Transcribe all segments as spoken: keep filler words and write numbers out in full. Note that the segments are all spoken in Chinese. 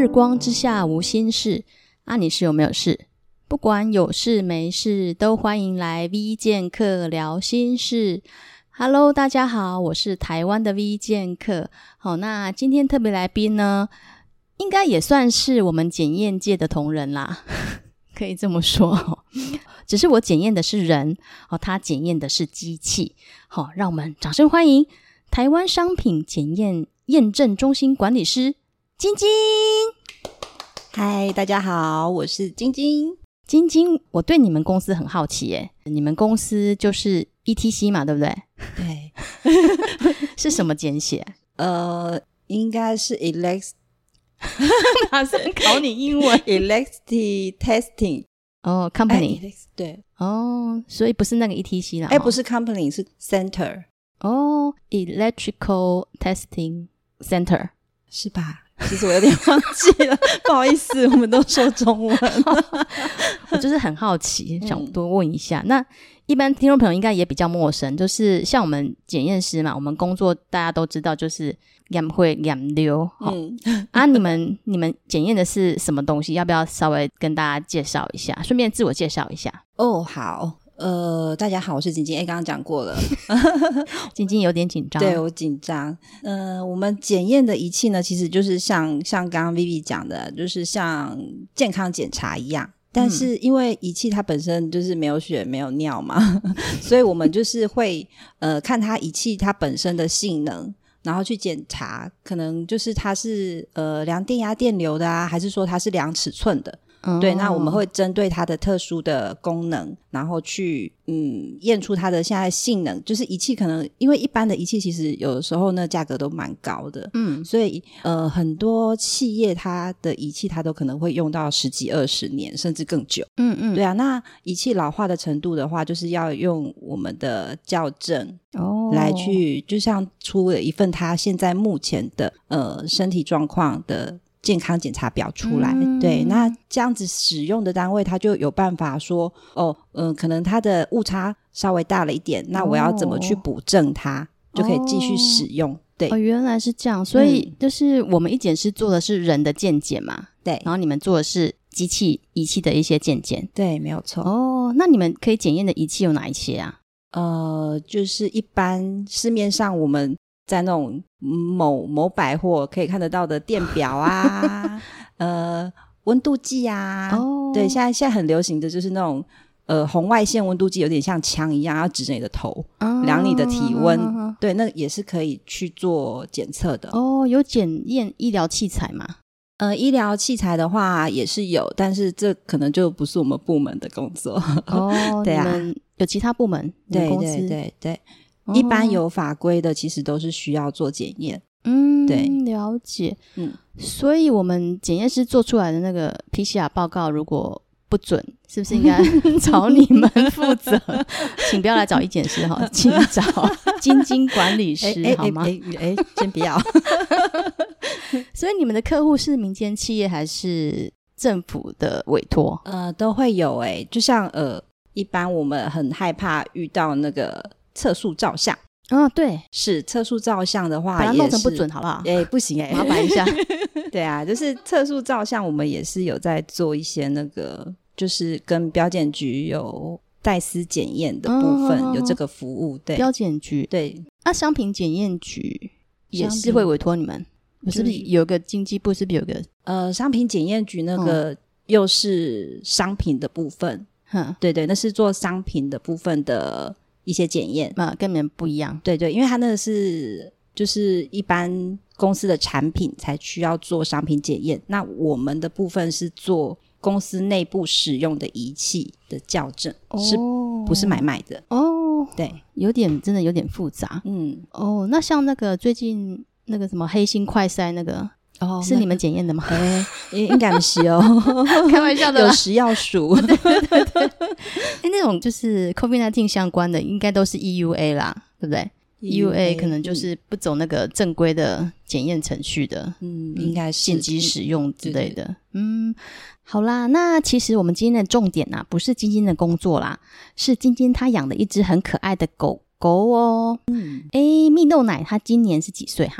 光之下无心事啊，你是有没有事？不管有事没事，都欢迎来 V 剑客聊心事。Hello， 大家好，我是台湾的 V 剑客。好，那今天特别来宾呢，应该也算是我们检验界的同仁啦，可以这么说。只是我检验的是人，哦，他检验的是机器。好，让我们掌声欢迎台湾商品检验验证中心管理师晶晶。 嗨，大家好，我是晶晶。 晶晶，我对你们公司很好奇耶，你们公司就是 E T C 嘛，对不对？ 对。 是什么简写？ 呃，应该是 elect 马上考你英文。 electricity testing 哦、oh, company、 欸、对哦、oh, 所以不是那个 E T C 啦。 哎、欸，不是 company， 是 center 哦、oh, electrical testing center 是吧？其实我有点忘记了不好意思，我们都说中文。 我就是很好奇，想多问一下、嗯、那一般听众朋友应该也比较陌生，就是像我们检验师嘛，我们工作大家都知道就是验会验溜、嗯、啊，你们你们检验的是什么东西？要不要稍微跟大家介绍一下，顺便自我介绍一下？ 哦，好，呃，大家好，我是晶晶。哎，刚刚讲过了。 晶晶有点紧张。 对，我紧张。呃，我们检验的仪器呢，其实就是像像刚刚 Vivi 讲的，就是像健康检查一样。但是因为仪器它本身就是没有血没有尿嘛，所以我们就是会呃看它仪器它本身的性能，然后去检查，可能就是它是呃量电压电流的啊，还是说它是量尺寸的。Oh. 对，那我们会针对它的特殊的功能，然后去嗯验出它的现在性能。就是仪器可能因为一般的仪器其实有的时候呢价格都蛮高的，嗯，所以呃很多企业它的仪器它都可能会用到十几二十年甚至更久。嗯嗯，对啊，那仪器老化的程度的话，就是要用我们的校正哦来去，就像出了一份它现在目前的呃身体状况的健康检查表出来、嗯、对，那这样子使用的单位他就有办法说哦，嗯、呃，可能它的误差稍微大了一点，那我要怎么去补正它、哦、就可以继续使用。对哦，原来是这样，所以就是我们一检师做的是人的健检嘛， 对， 然后你们做的是机器仪器的一些健检。 对，没有错。 哦，那你们可以检验的仪器有哪一些啊？ 呃，就是一般市面上我们在那种某某百货可以看得到的电表啊呃，温度计啊、oh. 对，现在现在很流行的就是那种呃红外线温度计，有点像枪一样要指着你的头、oh. 量你的体温、oh. 对，那也是可以去做检测的。 哦、oh, 有检验医疗器材吗？ 呃，医疗器材的话也是有，但是这可能就不是我们部门的工作。哦、 oh, 对啊，你们有其他部门？ 对对对对，一般有法规的其实都是需要做检验。 嗯，对，了解。嗯，所以我们检验师做出来的那个 P C R 报告如果不准，是不是应该找你们负责？请不要来找医检师哈，请找晶晶管理师、欸、好吗？ 哎、欸欸欸、先不要。 所以你们的客户是民间企业还是政府的委托？ 呃，都会有哎、欸，就像呃，一般我们很害怕遇到那个测速照相。 哦，对， 是测速照相的话， 把它弄成不准好不好？ 哎、欸，不行哎、欸， 麻烦一下。 对啊，就是测速照相，我们也是有在做一些那个，就是跟标检局有代司检验的部分、哦、有这个服务。对， 标检局对， 那、啊、商品检验局也是会委托你们？是不是有个经济部？是不是有个呃商品检验局那个又是商品的部分？嗯，对对，那是做商品的部分的一些检验啊，跟你们不一样。 对对，因为它那个是就是一般公司的产品才需要做商品检验，那我们的部分是做公司内部使用的仪器的校正、哦、是不是买卖的？哦，对， 有点真的有点复杂。嗯，哦，那像那个最近那个什么黑心快筛那个哦，是你们检验的吗？ 哎、欸，应该不是哦， 开玩笑的啦， 有食药署。 对对对对，哎，那种就是 COVID 十九 相关的，应该都是 E U A 啦，对不对 ？E U A 可能就是不走那个正规的检验程序的， 嗯，应该是紧急使用之类的。嗯，好啦，那其实我们今天的重点啊，不是晶晶的工作啦，是晶晶她养的一只很可爱的狗狗哦。嗯，哎，蜜豆奶她今年是几岁哈？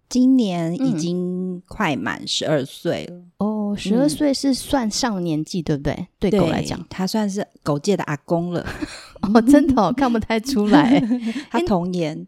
今年已经快满十二岁了。 哦，十二岁是算上年纪、嗯、对不对？对狗来讲， 他算是狗界的阿公了。 哦，真的哦，看不太出来。 他童颜，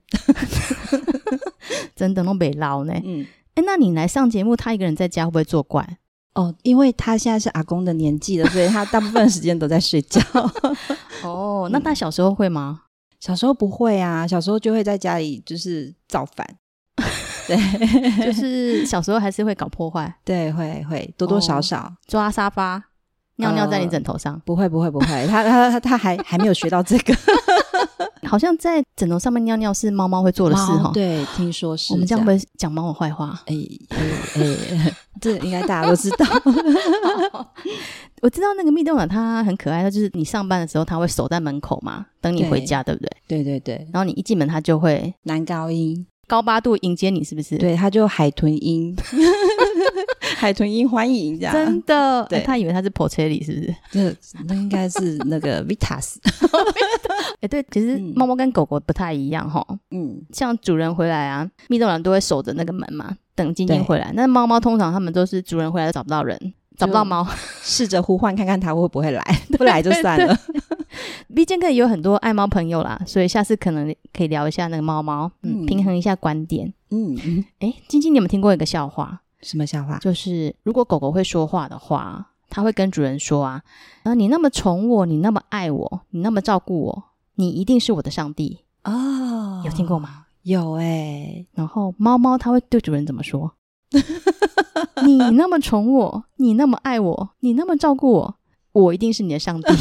真的都没老呢。嗯，哎，那你来上节目，他一个人在家会不会作怪？ 哦，因为他现在是阿公的年纪了，所以他大部分时间都在睡觉。 哦，那他小时候会吗？ 小时候不会啊，小时候就会在家里就是造反。对， 就是小时候还是会搞破坏。 对，会会多多少少、哦、 抓沙发。尿尿在你枕头上、呃、 不会不会不会，他他他他还还没有学到这个。 好像在枕头上面尿尿是猫猫会做的事哈。 对，听说是。 我们这样会不会讲猫猫坏话？ 哎哎哎，这应该大家都知道。 我知道那个蜜豆奶它很可爱，它就是你上班的时候它会守在门口嘛，等你回家， 对, 对不对？ 对对对。 然后你一进门它就会男高音高八度迎接你，是不是？ 对，它就海豚音。海豚音欢迎这样。 真的。对、欸、他以为他是 Porcelli 是不是？ 这那应该是那个 Vitas。 哎、欸，对，其实猫猫跟狗狗不太一样齁。嗯，像主人回来啊，蜜豆奶都会守着那个门嘛，等晶晶回来。那猫猫通常他们都是主人回来都找不到人，找不到猫，试着呼唤看看它会不会来，不来就算了。 V健客也有很多爱猫朋友啦，所以下次可能可以聊一下那个猫猫，嗯，平衡一下观点。嗯嗯。哎、欸，晶晶，你有没有听过一个笑话？ 什么笑话？就是如果狗狗会说话的话，它会跟主人说啊，啊，你那么宠我，你那么爱我，你那么照顾我，你一定是我的上帝。哦，有听过吗？ 有哎、欸。 然后猫猫它会对主人怎么说？你那么宠我，你那么爱我，你那么照顾我，我一定是你的上帝。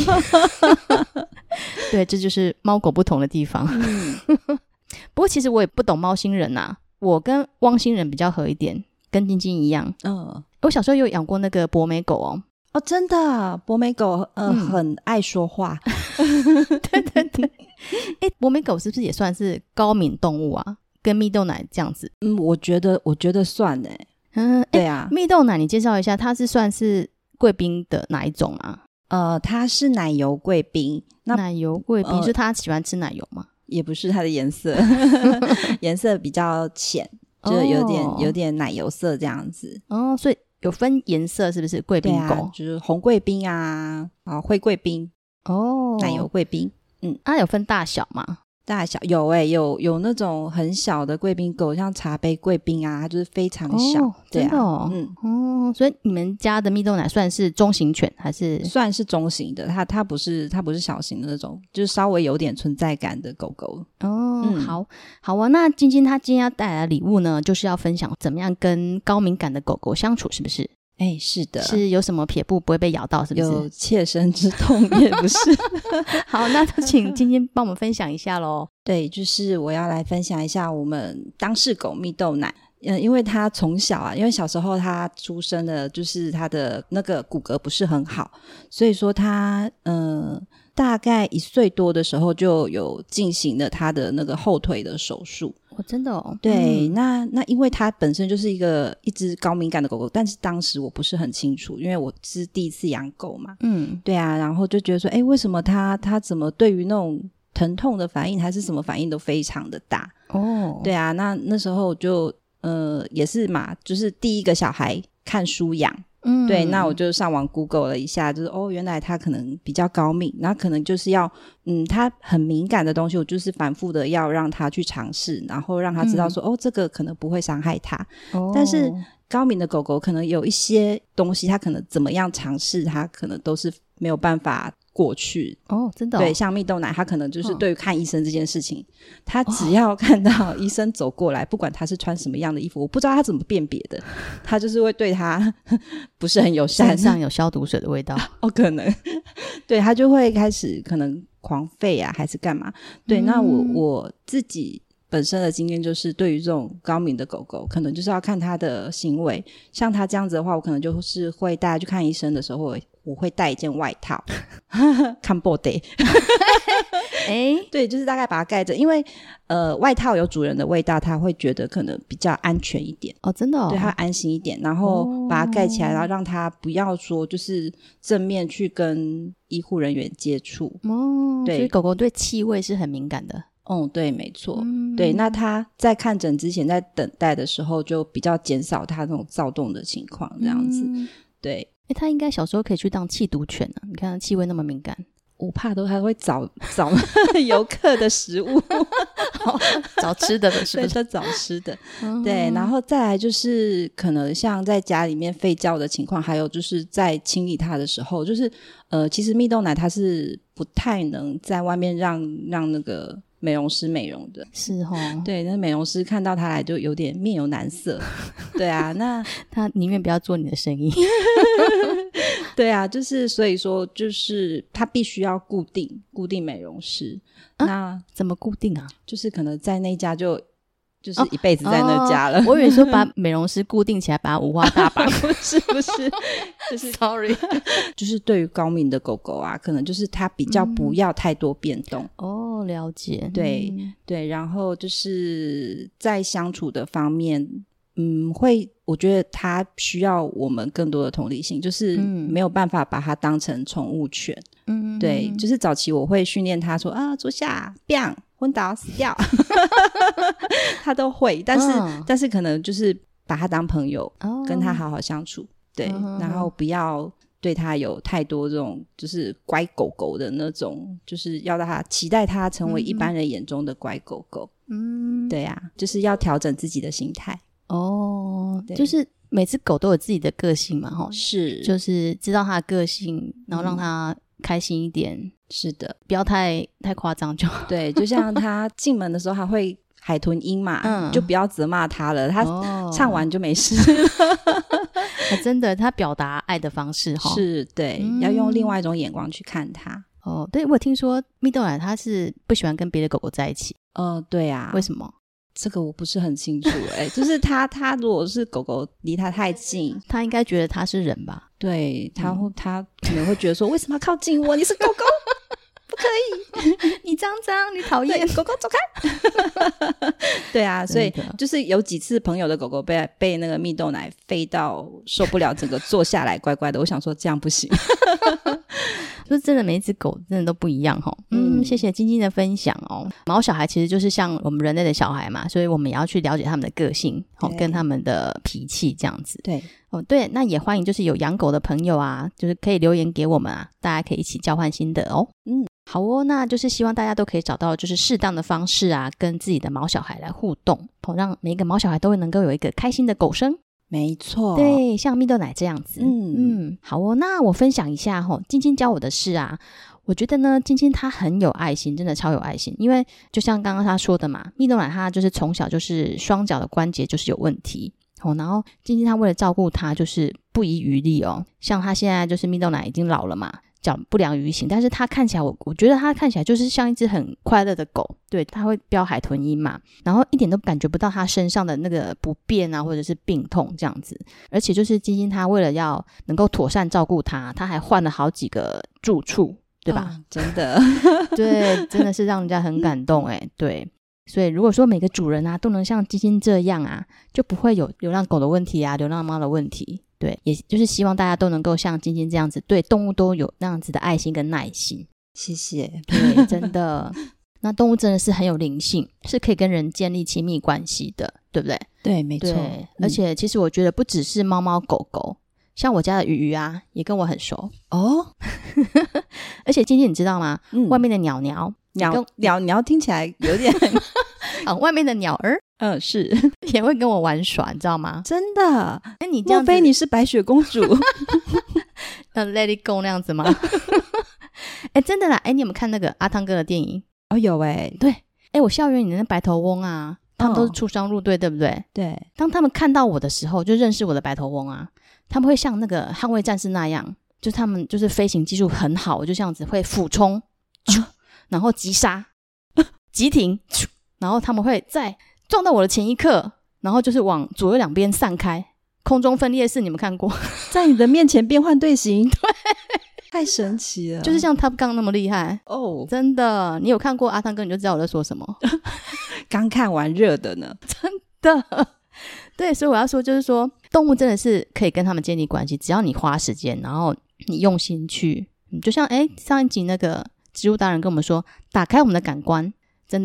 对，这就是猫狗不同的地方。嗯、不过其实我也不懂猫星人啊，我跟汪星人比较合一点，跟晶晶一样。嗯，我小时候有养过那个博美狗哦。 哦，真的，博美狗呃、嗯、很爱说话。 对对对。哎，博美狗是不是也算是高敏动物啊？跟蜜豆奶这样子？ 嗯，我觉得我觉得算哎。嗯，对啊。 蜜豆奶你介绍一下，它是算是贵宾的哪一种啊？ 呃，它是奶油贵宾。那奶油贵宾、呃、是它喜欢吃奶油吗？ 也不是，它的颜色颜色比较浅，就有点、哦、有点奶油色这样子。 哦，所以有分颜色是不是？贵宾狗、 啊、就是红贵宾啊，啊灰贵宾哦，奶油贵宾。嗯， 它、啊、有分大小吗？ 大小有诶、欸，有有那种很小的贵宾狗，像茶杯贵宾啊，它就是非常小。 哦，真的哦。嗯哦，所以你们家的蜜豆奶算是中型犬还是？ 算是中型的，它它不是它不是小型的那种，就是稍微有点存在感的狗狗。 哦，嗯、好好啊。那晶晶她今天要带来的礼物呢，就是要分享怎么样跟高敏感的狗狗相处，是不是？ 哎，是的， 是有什么撇步不会被咬到，是不是？ 有切身之痛也不是。 好，那就请晶晶帮我们分享一下咯。 对，就是我要来分享一下我们当事狗蜜豆奶。嗯，因为他从小啊，因为小时候他出生的就是他的那个骨骼不是很好，所以说他嗯、呃、大概一岁多的时候就有进行了他的那个后腿的手术。 哦，真的哦。 对，嗯、那那因为它本身就是一个一只高敏感的狗狗，但是当时我不是很清楚，因为我是第一次养狗嘛。嗯，对啊，然后就觉得说，哎，为什么它它怎么对于那种疼痛的反应还是什么反应都非常的大？哦，对啊，那那时候就呃也是嘛，就是第一个小孩看书养。嗯，对，那我就上网 Google 了一下，就是哦，原来他可能比较高敏，然后可能就是要，嗯，他很敏感的东西，我就是反复的要让他去尝试，然后让他知道说，嗯、哦，这个可能不会伤害他。哦，但是高敏的狗狗可能有一些东西，它可能怎么样尝试，它可能都是没有办法过去。 哦，真的哦。 对，像蜜豆奶，它可能就是对于看医生这件事情，它、哦、只要看到医生走过来，不管他是穿什么样的衣服，我不知道他怎么辨别的，他就是会对他不是很友善， 身上有消毒水的味道。 哦，可能对，他就会开始可能狂吠啊，还是干嘛。对，嗯、那我我自己本身的经验就是，对于这种高敏的狗狗，可能就是要看它的行为。像它这样子的话，我可能就是会带它去看医生的时候，我会带一件外套看 body 哎，对，就是大概把它盖着，因为呃外套有主人的味道，它会觉得可能比较安全一点。 哦，真的哦。 对，它安心一点，然后把它盖起来，哦、然后让它不要说就是正面去跟医护人员接触。 哦，对，所以狗狗对气味是很敏感的。 哦，对，没错。嗯、对对，那他在看诊之前在等待的时候就比较减少他那种躁动的情况这样子、嗯、对。 诶，他应该小时候可以去当缉毒犬啊，你看他气味那么敏感， 我怕都还会找找游客的食物找吃的的是不是？ 对，找吃的、嗯、对。然后再来就是可能像在家里面吠叫的情况，还有就是在清理它的时候，就是呃，其实蜜豆奶它是不太能在外面让让那个美容师美容的， 是齁， 对，那美容师看到他来就有点面有难色对啊，那他宁愿不要做你的生意对啊，就是所以说就是他必须要固定固定美容师、啊、那怎么固定啊？ 就是可能在那家就就是一辈子在那家了、 哦哦、我以为说把美容师固定起来把它五花大绑不是不是就是 sorry 就是对于高敏的狗狗啊，可能就是它比较不要太多变动、 嗯、哦，了解， 对、嗯、对。然后就是在相处的方面嗯，会我觉得它需要我们更多的同理心，就是没有办法把它当成宠物犬。嗯，对，就是早期我会训练它说啊，坐下 biang 昏倒死掉它都会，但是、哦、但是可能就是把它当朋友、哦、跟它好好相处，对、哦、然后不要对它有太多这种就是乖狗狗的那种，就是要让它期待它成为一般人眼中的乖狗狗。嗯，对啊，就是要调整自己的心态。 哦，就是每只狗都有自己的个性嘛，齁， 是， 就是知道它的个性，然后让它开心一点、嗯、 是的， 不要太太夸张就好。 对，就像它进门的时候还会海豚音嘛、嗯、就不要责骂它了，它唱完就没事了、 哦、真的，它表达爱的方式齁， 是，对、嗯、要用另外一种眼光去看它。 哦，对，我听说蜜豆奶它是不喜欢跟别的狗狗在一起。 呃，对啊， 为什么？ 这个我不是很清楚哎、欸，就是他他如果是狗狗离他太近， 他应该觉得他是人吧？ 对，他会、嗯、他可能会觉得说为什么要靠近我？你是狗狗不可以你脏脏你讨厌， 狗狗走开对啊，所以就是有几次朋友的狗狗被被那个蜜豆奶吠到受不了，整个坐下来乖乖的，我想说这样不行就是真的每一只狗真的都不一样齁。嗯，谢谢晶晶的分享哦。毛小孩其实就是像我们人类的小孩嘛，所以我们也要去了解他们的个性齁，跟他们的脾气这样子。 对哦，对，那也欢迎就是有养狗的朋友啊，就是可以留言给我们啊，大家可以一起交换心得哦。嗯，好哦，那就是希望大家都可以找到就是适当的方式啊，跟自己的毛小孩来互动，哦，让每一个毛小孩都能够有一个开心的狗生。 没错， 对，像蜜豆奶这样子。嗯嗯，好哦，那我分享一下齁，晶晶教我的事啊。我觉得呢，晶晶她很有爱心，真的超有爱心。因为就像刚刚她说的嘛，蜜豆奶她就是从小就是双脚的关节就是有问题哦，然后晶晶她为了照顾她，就是不遗余力哦。像她现在就是蜜豆奶已经老了嘛，脚不良于行，但是她看起来我我觉得她看起来就是像一只很快乐的狗。对，她会飙海豚音嘛，然后一点都感觉不到她身上的那个不便啊，或者是病痛这样子。而且就是晶晶她为了要能够妥善照顾她，她还换了好几个住处，对吧？ 哦、真的对，真的是让人家很感动耶。对，所以如果说每个主人啊都能像晶晶这样啊，就不会有流浪狗的问题啊，流浪猫的问题。对，也就是希望大家都能够像晶晶这样子，对动物都有那样子的爱心跟耐心。 谢谢。 对，真的那动物真的是很有灵性，是可以跟人建立亲密关系的，对不对？ 对，没错。 对，而且其实我觉得不只是猫猫狗狗，像我家的鱼鱼啊也跟我很熟哦而且晶晶你知道吗、嗯、外面的鸟鸟鸟鸟鸟听起来有点啊，外面的鸟儿嗯是也会跟我玩耍，你知道吗？ 真的？ 那你这样子， 莫非你是白雪公主呃 Let it go 那样子吗哎，真的啦。哎，你有没有看那个阿汤哥的电影？ 哦，有哎。 对，哎，我校园里的那白头翁啊，他们都是出双入对、哦、对不对？ 对。 当他们看到我的时候，就认识我的白头翁啊，他们会像那个捍卫战士那样，就他们就是飞行技术很好，就这样子会俯冲、啊、然后急刹急停，然后他们会在撞到我的前一刻，然后就是往左右两边散开，空中分裂式，你们看过？ 在你的面前变换队形。对，太神奇了， 就是像 Top Gun 那么厉害哦、oh. 真的。你有看过阿汤哥你就知道我在说什么刚看完热的呢。 真的。对，所以我要说就是说动物真的是可以跟他们建立关系，只要你花时间，然后你用心去，就像哎上一集那个植物达人跟我们说，打开我们的感官，真的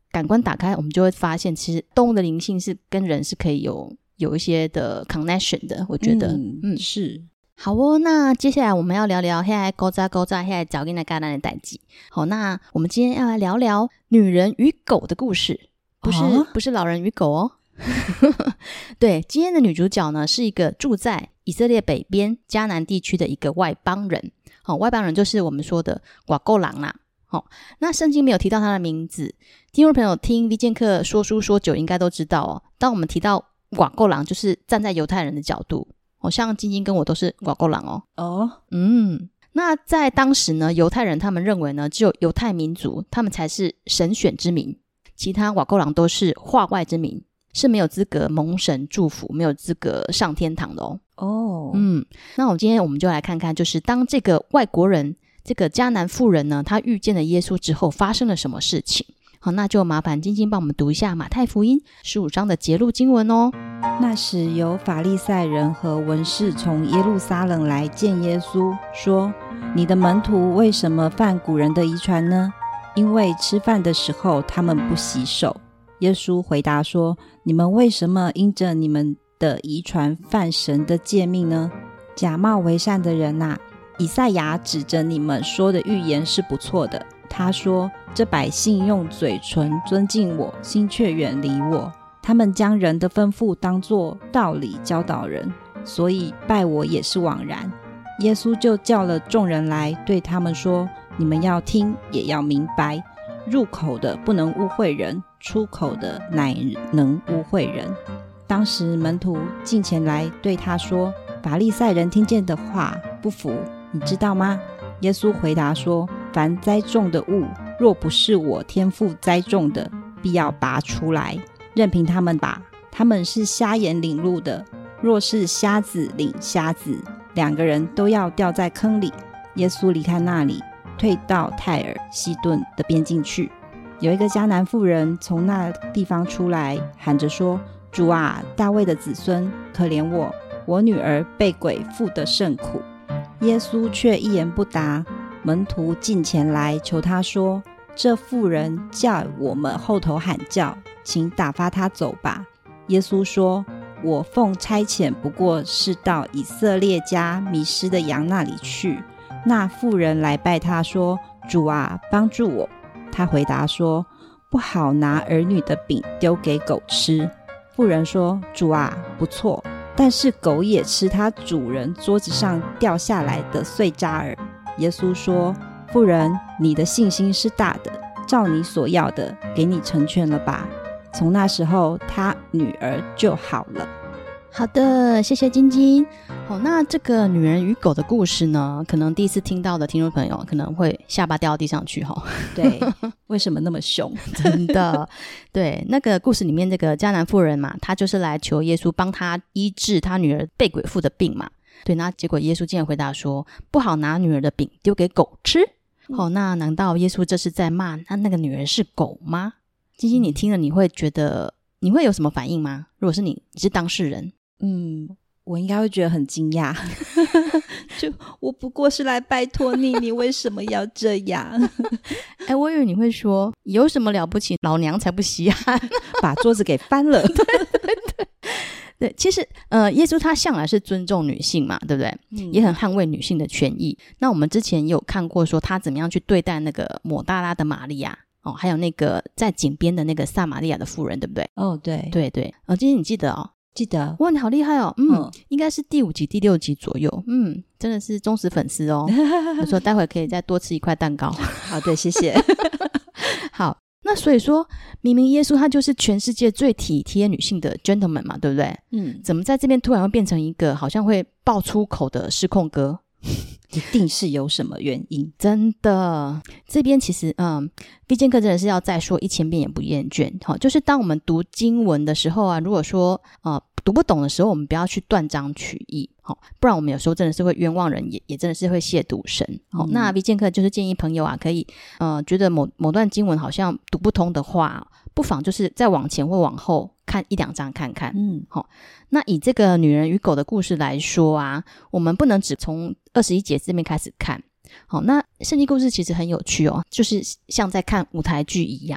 感官打开，我们就会发现其实动物的灵性是跟人是可以有有一些的 connection 的，我觉得嗯, 嗯是。 好哦，那接下来我们要聊聊现在勾扎勾扎现在找给那干单的代际。好，那我们今天要来聊聊女人与狗的故事，不是、哦、不是老人与狗哦。对，今天的女主角呢是一个住在以色列北边迦南地区的一个外邦人。好，外邦人就是我们说的瓦够狼啦。好，那圣经没有提到他的名字，听众朋友听 V 剑客说书说久应该都知道哦。当我们提到瓦够狼，就是站在犹太人的角度。哦，像晶晶跟我都是瓦够狼哦。 哦， 嗯，那在当时呢，犹太人他们认为呢，只有犹太民族他们才是神选之民，其他瓦够狼都是化外之民，是没有资格蒙神祝福，没有资格上天堂的哦。 哦， 嗯，那我们今天我们就来看看，就是当这个外国人，这个迦南妇人呢，她遇见了耶稣之后，发生了什么事情？好，那就麻烦晶晶帮我们读一下马太福音十五章的节录经文哦。 那时有法利赛人和文士从耶路撒冷来见耶稣，说：你的门徒为什么犯古人的遗传呢？因为吃饭的时候他们不洗手。耶稣回答说：你们为什么因着你们的遗传犯神的诫命呢？假冒为善的人啊，以赛亚指着你们说的预言是不错的。他说：这百姓用嘴唇尊敬我，心却远离我。他们将人的吩咐当作道理教导人，所以拜我也是枉然。耶稣就叫了众人来，对他们说：你们要听，也要明白，入口的不能污秽人，出口的乃能污秽人。当时门徒近前来对他说：法利赛人听见的话不服，你知道吗？耶稣回答说：凡栽种的物，若不是我天父栽种的，必要拔出来，任凭他们吧。他们是瞎眼领路的，若是瞎子领瞎子，两个人都要掉在坑里。耶稣离开那里，退到泰尔西顿的边境去。有一个迦南妇人从那地方出来，喊着说：主啊，大卫的子孙，可怜我，我女儿被鬼附得甚苦。耶稣却一言不答。门徒近前来求他说：这妇人叫我们后头喊叫，请打发她走吧。耶稣说：我奉差遣不过是到以色列家迷失的羊那里去。那妇人来拜他说：主啊，帮助我。他回答说：不好拿儿女的饼丢给狗吃。妇人说：主啊，不错，但是狗也吃它主人桌子上掉下来的碎渣儿。耶稣说：妇人，你的信心是大的，照你所要的给你成全了吧。从那时候他女儿就好了。 好的，谢谢晶晶。好，那这个女人与狗的故事呢，可能第一次听到的听众朋友可能会下巴掉到地上去齁。 对，为什么那么凶？ 真的。对，那个故事里面这个迦南妇人嘛，她就是来求耶稣帮她医治她女儿被鬼附的病嘛。对，那结果耶稣竟然回答说：不好拿女儿的饼丢给狗吃。好、哦，那难道耶稣这是在骂那那个女人是狗吗？晶晶，你听了你会觉得你会有什么反应吗？如果是你，你是当事人。 嗯，我应该会觉得很惊讶。就我不过是来拜托你，你为什么要这样？ 哎，我以为你会说有什么了不起，老娘才不稀罕， 把桌子给翻了。 对对对对，其实呃，耶稣他向来是尊重女性嘛，对不对、嗯、也很捍卫女性的权益。那我们之前也有看过说他怎么样去对待那个抹大拉的玛利亚哦，还有那个在井边的那个撒玛利亚的妇人，对不对？ 哦，对对对。呃，今天你记得哦？ 记得。 哇，你好厉害哦。嗯，嗯应该是第五集第六集左右。嗯，真的是忠实粉丝哦。我说待会可以再多吃一块蛋糕。 好的，谢谢。 好，那所以说明明耶稣他就是全世界最体贴女性的 gentleman 嘛，对不对？嗯，怎么在这边突然会变成一个好像会爆粗口的失控哥？ 一定是有什么原因。 真的，这边其实嗯 V 剑客真的是要再说一千遍也不厌倦、哦、就是当我们读经文的时候啊，如果说呃读不懂的时候，我们不要去断章取义、哦、不然我们有时候真的是会冤枉人，也也真的是会亵渎神、哦嗯、那 V 剑客就是建议朋友啊，可以呃觉得某某段经文好像读不通的话，不妨就是再往前或往后看一两章看看。嗯，好、哦，那以这个女人与狗的故事来说啊，我们不能只从二十一节这边开始看。好、哦，那圣经故事其实很有趣哦，就是像在看舞台剧一样。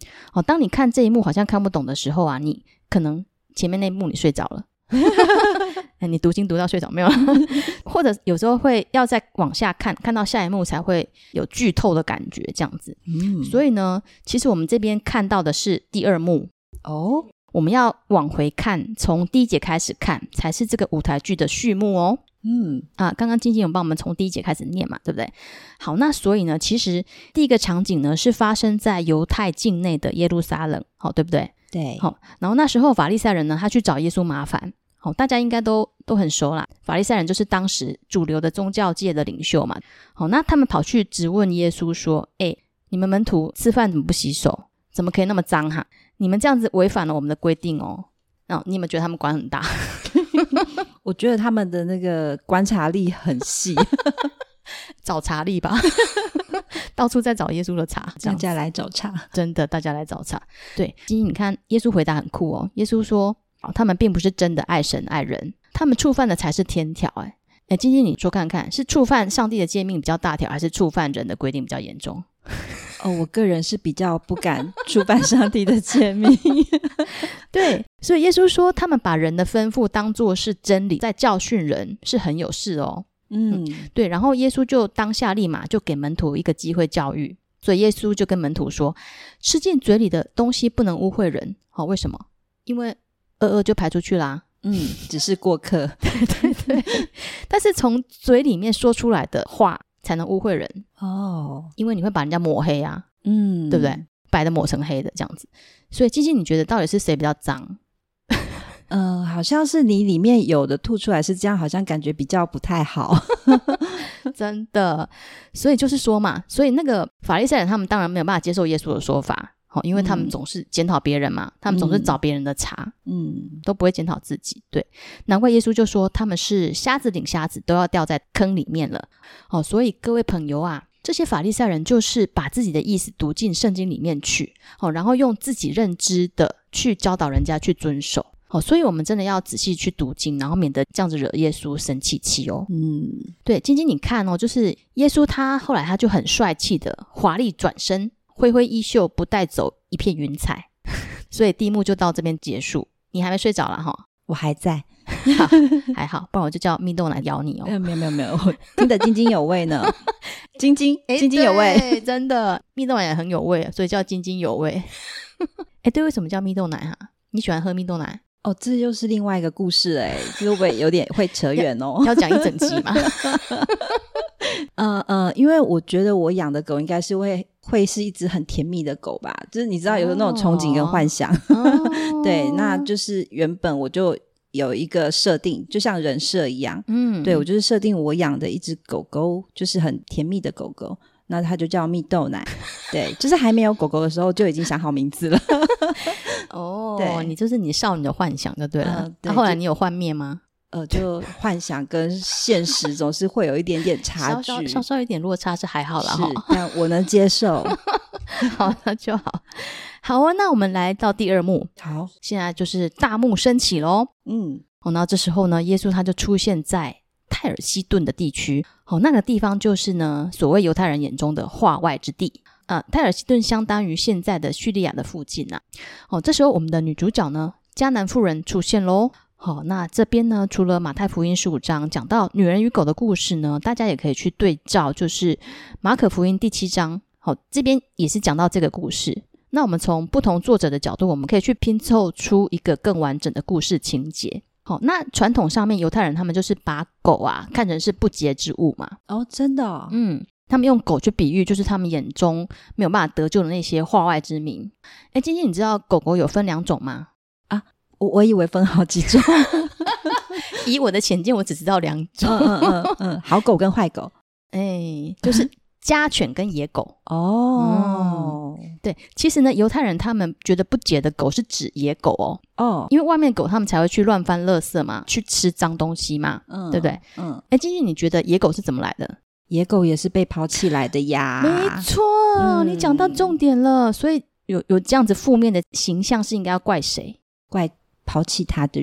哦，当你看这一幕好像看不懂的时候啊，你可能前面那一幕你睡着了你读经读到睡着没有或者有时候会要再往下看，看到下一幕才会有剧透的感觉这样子、嗯、所以呢其实我们这边看到的是第二幕哦，我们要往回看，从第一节开始看才是这个舞台剧的序幕哦。嗯啊，刚刚晶晶有帮我们从第一节开始念嘛，对不对？好，那所以呢其实第一个场景呢是发生在犹太境内的耶路撒冷，好、哦，对不对？ 对。 好，然后那时候法利赛人呢他去找耶稣麻烦，好，大家应该都都很熟啦，法利赛人就是当时主流的宗教界的领袖嘛。好，那他们跑去质问耶稣说，诶，你们门徒吃饭怎么不洗手？怎么可以那么脏哈？你们这样子违反了我们的规定哦。哦，你有没有觉得他们管很大？ 我觉得他们的那个观察力很细找茬力吧到处在找耶稣的茬， 大家来找茬， 真的大家来找茬。对，今天你看耶稣回答很酷哦，耶稣说、哦、他们并不是真的爱神爱人，他们触犯的才是天条。哎哎，今天你说看看，是触犯上帝的诫命比较大条，还是触犯人的规定比较严重？ 哦，我个人是比较不敢触犯上帝的诫命对，所以耶稣说他们把人的吩咐当作是真理，在教训人是很有事哦。嗯，对，然后耶稣就当下立马就给门徒一个机会教育，所以耶稣就跟门徒说，吃进嘴里的东西不能污秽人。好、哦，为什么？因为恶恶就排出去啦。 嗯，只是过客对对对，但是从嘴里面说出来的话才能污秽人哦，因为你会把人家抹黑啊，嗯，对不对？白的抹成黑的这样子。所以基基你觉得到底是谁比较脏？ 呃，好像是你里面有的吐出来是这样，好像感觉比较不太好真的。所以就是说嘛，所以那个法利赛人他们当然没有办法接受耶稣的说法，因为他们总是检讨别人嘛、嗯、他们总是找别人的茬，嗯，都不会检讨自己。对，难怪耶稣就说他们是瞎子领瞎子，都要掉在坑里面了。哦，所以各位朋友啊，这些法利赛人就是把自己的意思读进圣经里面去，哦，然后用自己认知的去教导人家去遵守。哦，所以我们真的要仔细去读经，然后免得这样子惹耶稣生气气哦。嗯，对，晶晶你看哦，就是耶稣他后来他就很帅气的华丽转身，挥挥衣袖，不带走一片云彩所以第一幕就到这边结束。你还没睡着啦齁？ 我还在好，还好，不然我就叫蜜豆奶咬你哦。 没有没有没有没有，我听得津津有味呢津津津津有味， 真的，蜜豆奶也很有味，所以叫津津有味哎，对，为什么叫蜜豆奶哈？你喜欢喝蜜豆奶？ 哦，这又是另外一个故事哎，会不会有点会扯远哦要, 要讲一整集嘛呃呃，因为我觉得我养的狗应该是会会是一只很甜蜜的狗吧，就是你知道有的那种憧憬跟幻想、哦、对，那就是原本我就有一个设定，就像人设一样，嗯，对，我就是设定我养的一只狗狗就是很甜蜜的狗狗，那它就叫蜜豆奶对，就是还没有狗狗的时候就已经想好名字了哦，对，你就是你少女的幻想就对了、呃、对、啊、后来你有幻灭吗？ 呃，就幻想跟现实总是会有一点点差距， 稍稍稍稍一点落差是还好啦， 是，但我能接受好，那就好。好啊，那我们来到第二幕。 好， 现在就是大幕升起咯。嗯，好，那这时候呢，耶稣他就出现在泰尔西顿的地区。好，那个地方就是呢所谓犹太人眼中的化外之地。呃，泰尔西顿相当于现在的叙利亚的附近啊。哦，这时候我们的女主角呢，迦南妇人出现咯。好，那这边呢，除了马太福音十五章讲到女人与狗的故事呢，大家也可以去对照，就是马可福音第七章，好，这边也是讲到这个故事。那我们从不同作者的角度，我们可以去拼凑出一个更完整的故事情节。好，那传统上面犹太人他们就是把狗啊看成是不洁之物嘛。 哦，真的哦？嗯， 他们用狗去比喻就是他们眼中没有办法得救的那些化外之民。诶，今天你知道狗狗有分两种吗？ 啊，我我以为分好几种以我的浅见我只知道两种嗯嗯嗯嗯，好狗跟坏狗。 诶，就是家犬跟野狗哦、 嗯、对，其实呢犹太人他们觉得不洁的狗是指野狗哦哦，因为外面狗他们才会去乱翻垃圾嘛，去吃脏东西嘛，嗯，对不对？嗯，诶，金金你觉得野狗是怎么来的？ 野狗也是被抛弃来的呀。 没错、嗯、你讲到重点了。所以有有这样子负面的形象是应该要怪谁？ 怪抛弃他的人。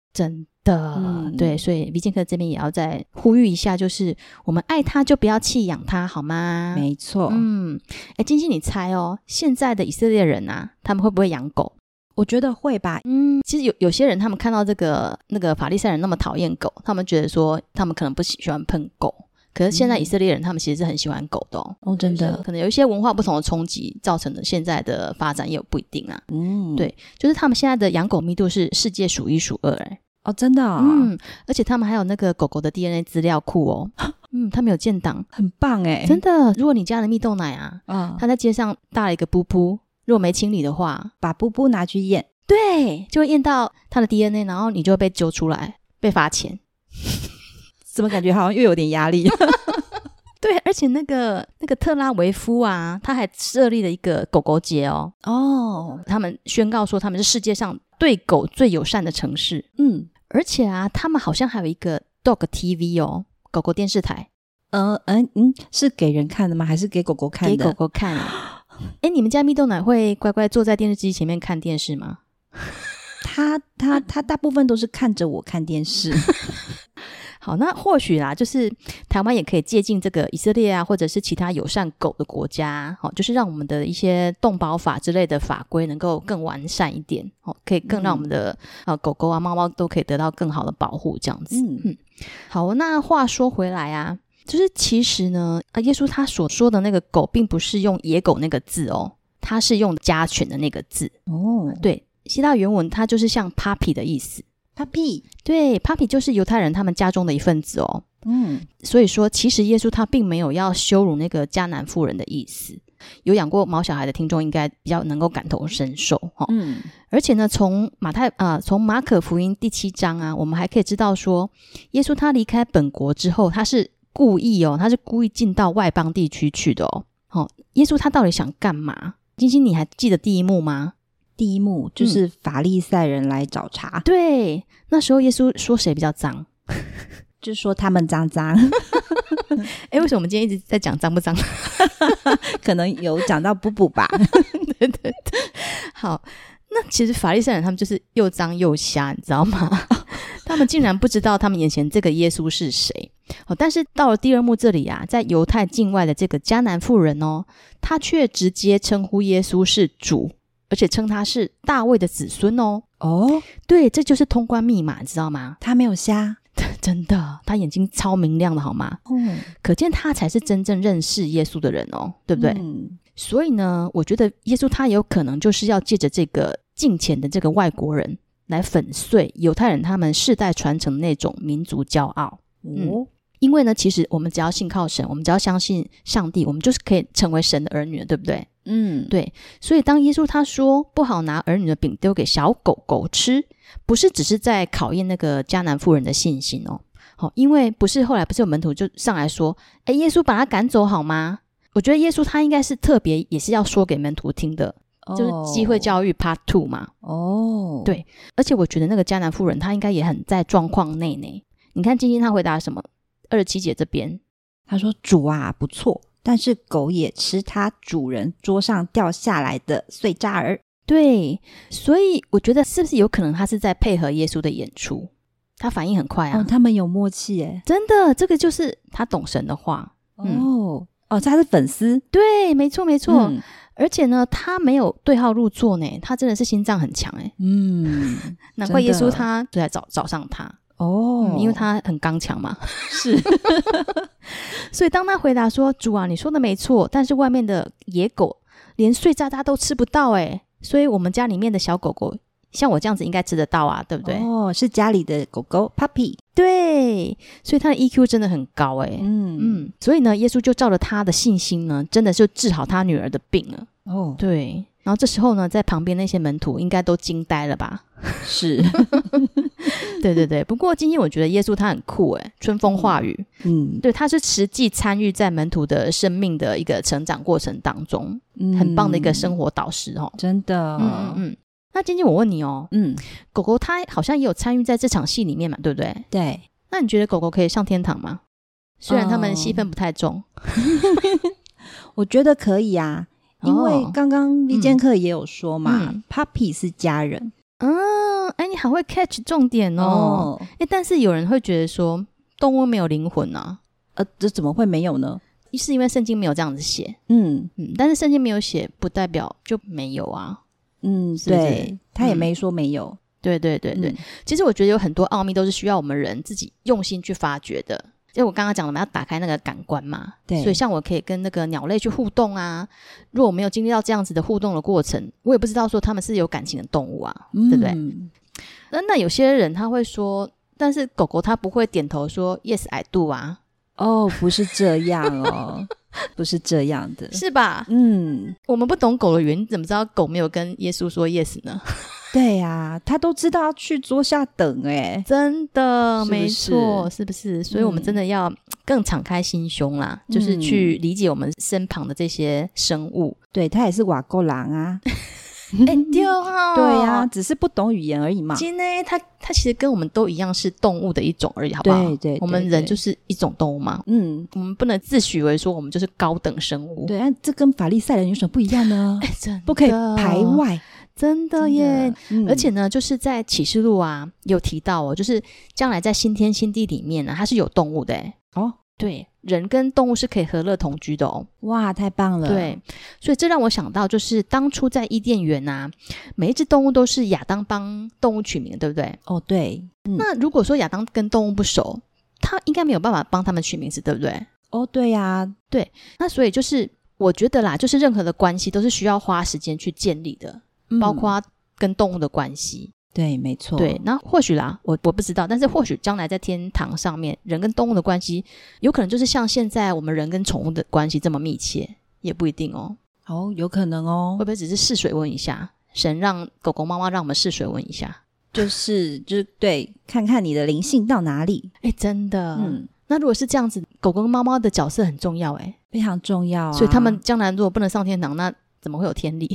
真的、 嗯、 对，所以 V 健客这边也要再呼吁一下，就是我们爱他就不要弃养他好吗？ 没错。 嗯，哎，晶晶你猜哦，现在的以色列人啊，他们会不会养狗？ 我觉得会吧。 嗯，其实有有些人他们看到这个那个法利赛人那么讨厌狗，他们觉得说他们可能不喜欢碰狗，可是现在以色列人他们其实是很喜欢狗的哦。 哦，真的， 可能有一些文化不同的冲击造成的现在的发展也有不一定啊。 嗯， 对，就是他们现在的养狗密度是世界数一数二哎。 哦，真的、哦、 嗯，而且他们还有那个狗狗的 D N A 资料库哦。嗯，他们有建档， 很棒哎， 真的。如果你家的蜜豆奶啊， 嗯， 它在街上大了一个噗噗，如果没清理的话， 把噗噗拿去验， 对，就会验到它的 D N A， 然后你就会被揪出来，被罚钱。 怎么感觉好像又有点压力？ 对，而且那个那个特拉维夫啊，他还设立了一个狗狗节哦。 哦， 他们宣告说他们是世界上对狗最友善的城市。 嗯， 而且啊，他们好像还有一个 Dog T V 哦，狗狗电视台。 呃嗯嗯，是给人看的吗？还是给狗狗看的？ 给狗狗看啊。哎，你们家蜜豆奶会乖乖坐在电视机前面看电视吗？ 他他他大部分都是看着我看电视。 好，那或许啦，就是台湾也可以借鉴这个以色列啊，或者是其他友善狗的国家，好，就是让我们的一些动保法之类的法规能够更完善一点，好，可以更让我们的、嗯、呃狗狗啊、猫猫都可以得到更好的保护，这样子。嗯嗯。好，那话说回来啊，就是其实呢，啊，耶稣他所说的那个狗，并不是用野狗那个字哦，他是用家犬的那个字哦。对，希腊原文它就是像 puppy 的意思。 Puppy， 对 Puppy 就是犹太人他们家中的一份子哦。 嗯， 所以说其实耶稣他并没有要羞辱那个迦南妇人的意思。有养过毛小孩的听众应该比较能够感同身受、哦、嗯，而且呢，从马太啊、呃，从马可福音第七章啊，我们还可以知道说，耶稣他离开本国之后，他是故意哦，他是故意进到外邦地区去的哦。哦，耶稣他到底想干嘛？金星，你还记得第一幕吗？ 第一幕就是法利赛人来找茬、 嗯、对，那时候耶稣说谁比较脏？ 就说他们脏脏。 哎，为什么我们今天一直在讲脏不脏？ 可能有讲到补补吧。 对对对，好，那其实法利赛人他们就是又脏又瞎，你知道吗？他们竟然不知道他们眼前这个耶稣是谁。哦，但是到了第二幕这里啊，在犹太境外的这个迦南妇人哦，他却直接称呼耶稣是主，而且称他是大卫的子孙哦。 哦， 对，这就是通关密码，你知道吗？ 他没有瞎， 真的，他眼睛超明亮的好吗？嗯，可见他才是真正认识耶稣的人哦，对不对？嗯，所以呢，我觉得耶稣他有可能就是要借着这个敬虔的这个外国人来粉碎犹太人他们世代传承的那种民族骄傲。嗯，哦，因为呢，其实我们只要信靠神，我们只要相信上帝，我们就是可以成为神的儿女了，对不对？嗯，对。所以当耶稣他说不好拿儿女的饼丢给小狗狗吃，不是只是在考验那个迦南妇人的信心哦。好，因为不是后来不是有门徒就上来说，诶，耶稣把他赶走好吗？我觉得耶稣他应该是特别也是要说给门徒听的，哦，就是机会教育 part two 嘛。哦，对。而且我觉得那个迦南妇人她应该也很在状况内呢。你看今天他回答什么？二十七节这边他说，主啊不错，但是狗也吃它主人桌上掉下来的碎渣儿。 对，所以我觉得是不是有可能他是在配合耶稣的演出？他反应很快啊。 哦，他们有默契耶， 真的，这个就是他懂神的话。 哦、嗯、哦，他是粉丝。 对，没错没错、嗯、而且呢他没有对号入座呢，他真的是心脏很强耶。嗯，难怪耶稣他就来找找上他哦、嗯，因为他很刚强嘛。 是。 所以当他回答说，主啊你说的没错，但是外面的野狗连碎渣渣都吃不到耶，所以我们家里面的小狗狗像我这样子应该吃得到啊，对不对？ 哦，是家里的狗狗 Puppy。 对，所以他的 E Q 真的很高耶。嗯嗯，所以呢耶稣就照着他的信心呢，真的就治好他女儿的病了。哦，对。然后这时候呢，在旁边那些门徒应该都惊呆了吧？ 是。 对对对，不过今天我觉得耶稣他很酷耶，春风化雨。嗯，对，他是实际参与在门徒的生命的一个成长过程当中，嗯，很棒的一个生活导师哦。 真的。 嗯嗯嗯。那今天我问你哦，嗯，狗狗它好像也有参与在这场戏里面嘛，对不对？ 对。 那你觉得狗狗可以上天堂吗？虽然他们戏份不太重。 我觉得可以啊，因为刚刚 V 剑客也有说嘛、嗯、Puppy 是家人。 嗯，哎，你好会 catch 重点哦。 哦诶，但是有人会觉得说动物没有灵魂啊， 呃，这怎么会没有呢？ 是因为圣经没有这样子写。 嗯嗯，但是圣经没有写不代表就没有啊。 嗯， 是不是对，他也没说没有。 对对对对、 嗯其实我觉得有很多奥秘都是需要我们人自己用心去发掘的。因为我刚刚讲了，我们要打开那个感官嘛， 对所以像我可以跟那个鸟类去互动啊，如果我没有经历到这样子的互动的过程，我也不知道说他们是有感情的动物啊， 嗯对不对？那那有些人他会说，但是狗狗它不会点头说 yes I do 啊， 哦，不是这样哦，不是这样的， 是吧？ 嗯， 我们不懂狗的原因，你怎么知道狗没有跟耶稣说 yes 呢？ 对呀、啊，他都知道要去桌下等哎， 真的， 是不是没错，是不是？所以我们真的要更敞开心胸啦， 嗯、 就是去理解我们身旁的这些生物。 对他也是瓦够狼啊， 哎、对哦， 对呀、啊，只是不懂语言而已嘛。 今天它它其实跟我们都一样是动物的一种而已，好不好？ 对对对我们人就是一种动物嘛， 嗯， 我们不能自诩为说我们就是高等生物。 对啊，这跟法利赛人有什么不一样呢？ 哎，真的不可以排外。 真的耶， 真的嗯、 而且呢，就是在启示录啊有提到哦，就是将来在新天新地里面呢，它是有动物的耶。 哦， 对，人跟动物是可以和乐同居的哦。 哇，太棒了！ 对，所以这让我想到，就是当初在伊甸园啊，每一只动物都是亚当帮动物取名，对不对？ 哦，对。嗯、 那如果说亚当跟动物不熟，他应该没有办法帮他们取名字，对不对？ 哦，对呀、啊， 对。那所以就是我觉得啦，就是任何的关系都是需要花时间去建立的。包括跟动物的关系、 嗯、对，没错。 对，那或许啦，我我不知道，但是或许将来在天堂上面，人跟动物的关系有可能就是像现在我们人跟宠物的关系这么密切，也不一定哦。 哦，有可能哦。 会不会只是试水温一下？神让狗狗、猫猫让我们试水温一下， 就是就是对，看看你的灵性到哪里。 哎，真的， 嗯。 那如果是这样子，狗狗跟猫猫的角色很重要，哎， 非常重要啊。 所以他们将来如果不能上天堂，那怎么会有天理？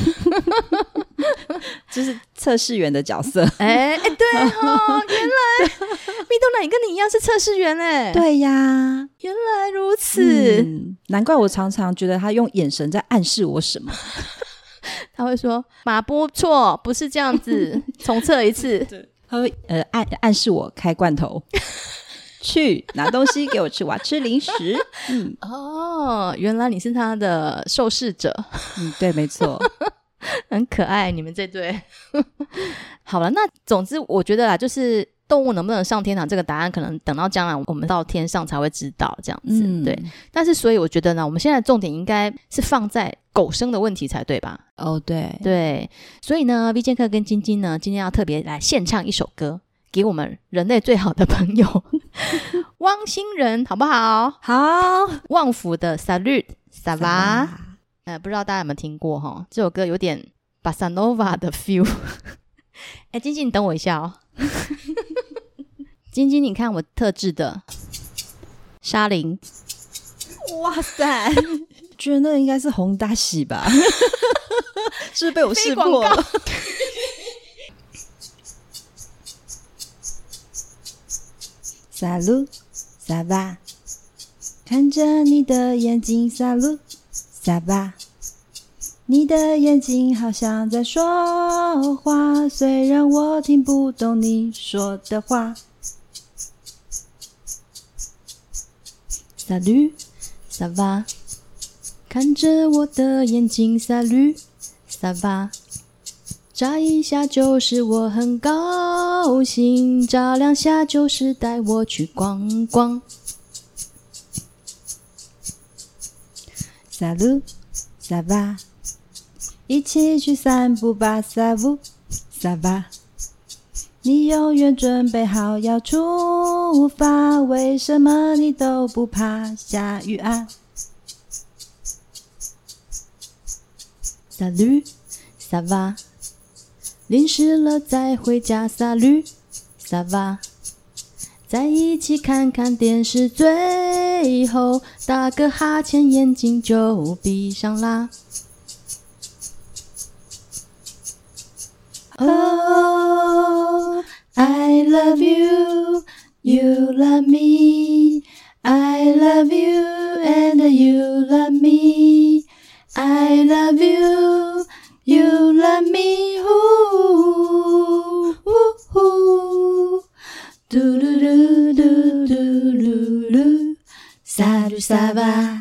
就是测试员的角色。 哎哎，对哦，原来蜜豆奶也跟你一样是测试员哎。 对呀， 原来如此、 嗯、难怪我常常觉得他用眼神在暗示我什么。 他会说马不错，不是这样子，重测一次。 对，他会呃暗暗示我开罐头去拿东西给我吃，我要吃零食。嗯， 哦，原来你是他的受试者。 嗯，对，没错。 很可爱，你们这对。好了，那总之我觉得啦，就是动物能不能上天堂这个答案，可能等到将来我们到天上才会知道这样子、嗯、对。但是所以我觉得呢，我们现在的重点应该是放在狗生的问题才对吧？ 哦，对对，所以呢 V 剑客跟晶晶呢今天要特别来献唱一首歌给我们人类最好的朋友汪星人，好不好？ 好， 旺福的 Salute Sava， 呃，不知道大家有没有听过齁，这首歌有点 Bossa Nova 的 feel。 哎，晶晶你等我一下哦。晶晶你看我特制的沙林， 哇塞，觉得那个应该是红大喜吧。是不是被我识破了？Salut ça va， 看着你的眼睛 Salut ça va， 你的眼睛好像在说话，虽然我听不懂你说的话。 Salut ça va， 看着我的眼睛 Salut ça va， 眨一下就是我很高兴，眨两下就是带我去逛逛。 Salut ça va， 一起去散步吧 Salut ça va， 你永远准备好要出发，为什么你都不怕下雨啊？ Salut ça va， 淋湿了再回家 Salut ça va， 在一起看看电视，最后打个哈欠，眼睛就闭上啦。Oh, I love you, you love me, I love you and you love me, I love you, you love me, ooh, ooh. Salut ça va，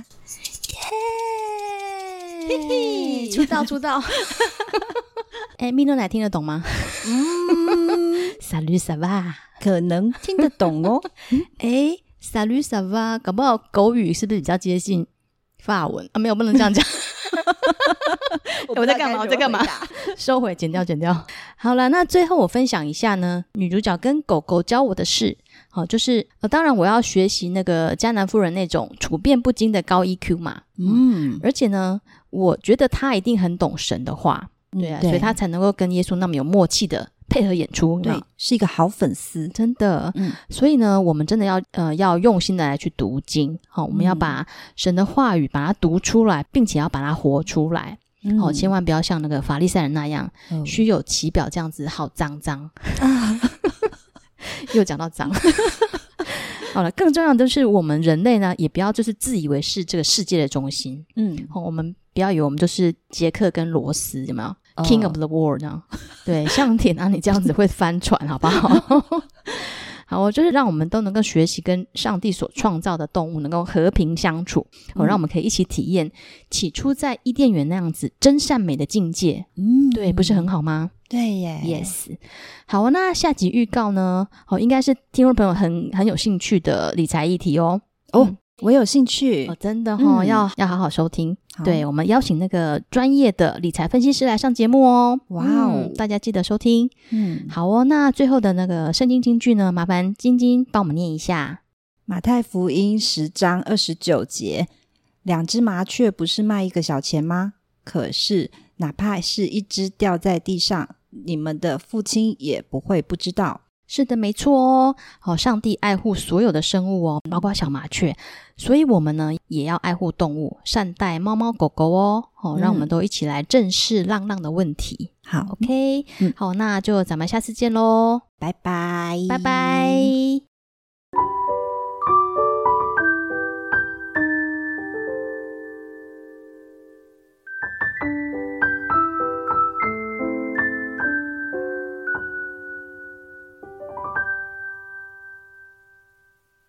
耶！出道出道。哎，蜜诺奶听得懂吗？ 嗯 ，Salut ça va， 可能听得懂哦。 哎，Salut ça va， 搞不好狗语是不是比较接近法文啊？没有，不能这样讲。我在干嘛？我在干嘛？收回，剪掉，剪掉。好了，那最后我分享一下呢，女主角跟狗狗教我的事。好、哦，就是呃，当然我要学习那个迦南夫人那种处变不惊的高 E Q 嘛。嗯，而且呢，我觉得她一定很懂神的话，对啊，嗯、对，所以她才能够跟耶稣那么有默契的配合演出。 对，是一个好粉丝， 真的。嗯，所以呢，我们真的要呃要用心的来去读经。好、哦，我们要把神的话语把它读出来，并且要把它活出来。嗯、哦，千万不要像那个法利赛人那样、嗯、虚有其表这样子，好脏脏啊！又讲到脏。好了，更重要的是我们人类呢，也不要就是自以为是这个世界的中心。嗯、哦，我们不要以为我们就是杰克跟罗斯，有没有、哦、？King of the world 这样。对，像田啊，你这样子会翻船，好不好？好，我就是让我们都能够学习跟上帝所创造的动物能够和平相处、嗯哦、让我们可以一起体验起初在伊甸园那样子真善美的境界。嗯，对，不是很好吗？ 对耶 Yes。 好，那下集预告呢、哦、应该是听众朋友很很有兴趣的理财议题哦。 哦、嗯，我有兴趣、 哦、真的哦、嗯、要要好好收听。对，我们邀请那个专业的理财分析师来上节目哦。哇哦、嗯，大家记得收听。嗯，好哦。那最后的那个圣经金句呢，麻烦晶晶帮我们念一下。 马太福音十章二十九节，两只麻雀不是卖一个小钱吗？可是哪怕是一只掉在地上，你们的父亲也不会不知道。 是的，没错哦。哦，上帝爱护所有的生物哦，包括小麻雀，所以我们呢也要爱护动物，善待猫猫狗狗哦。哦，让我们都一起来正视浪浪的问题。 好 ，OK，、嗯、好，那就咱们下次见咯， 拜拜， 拜拜。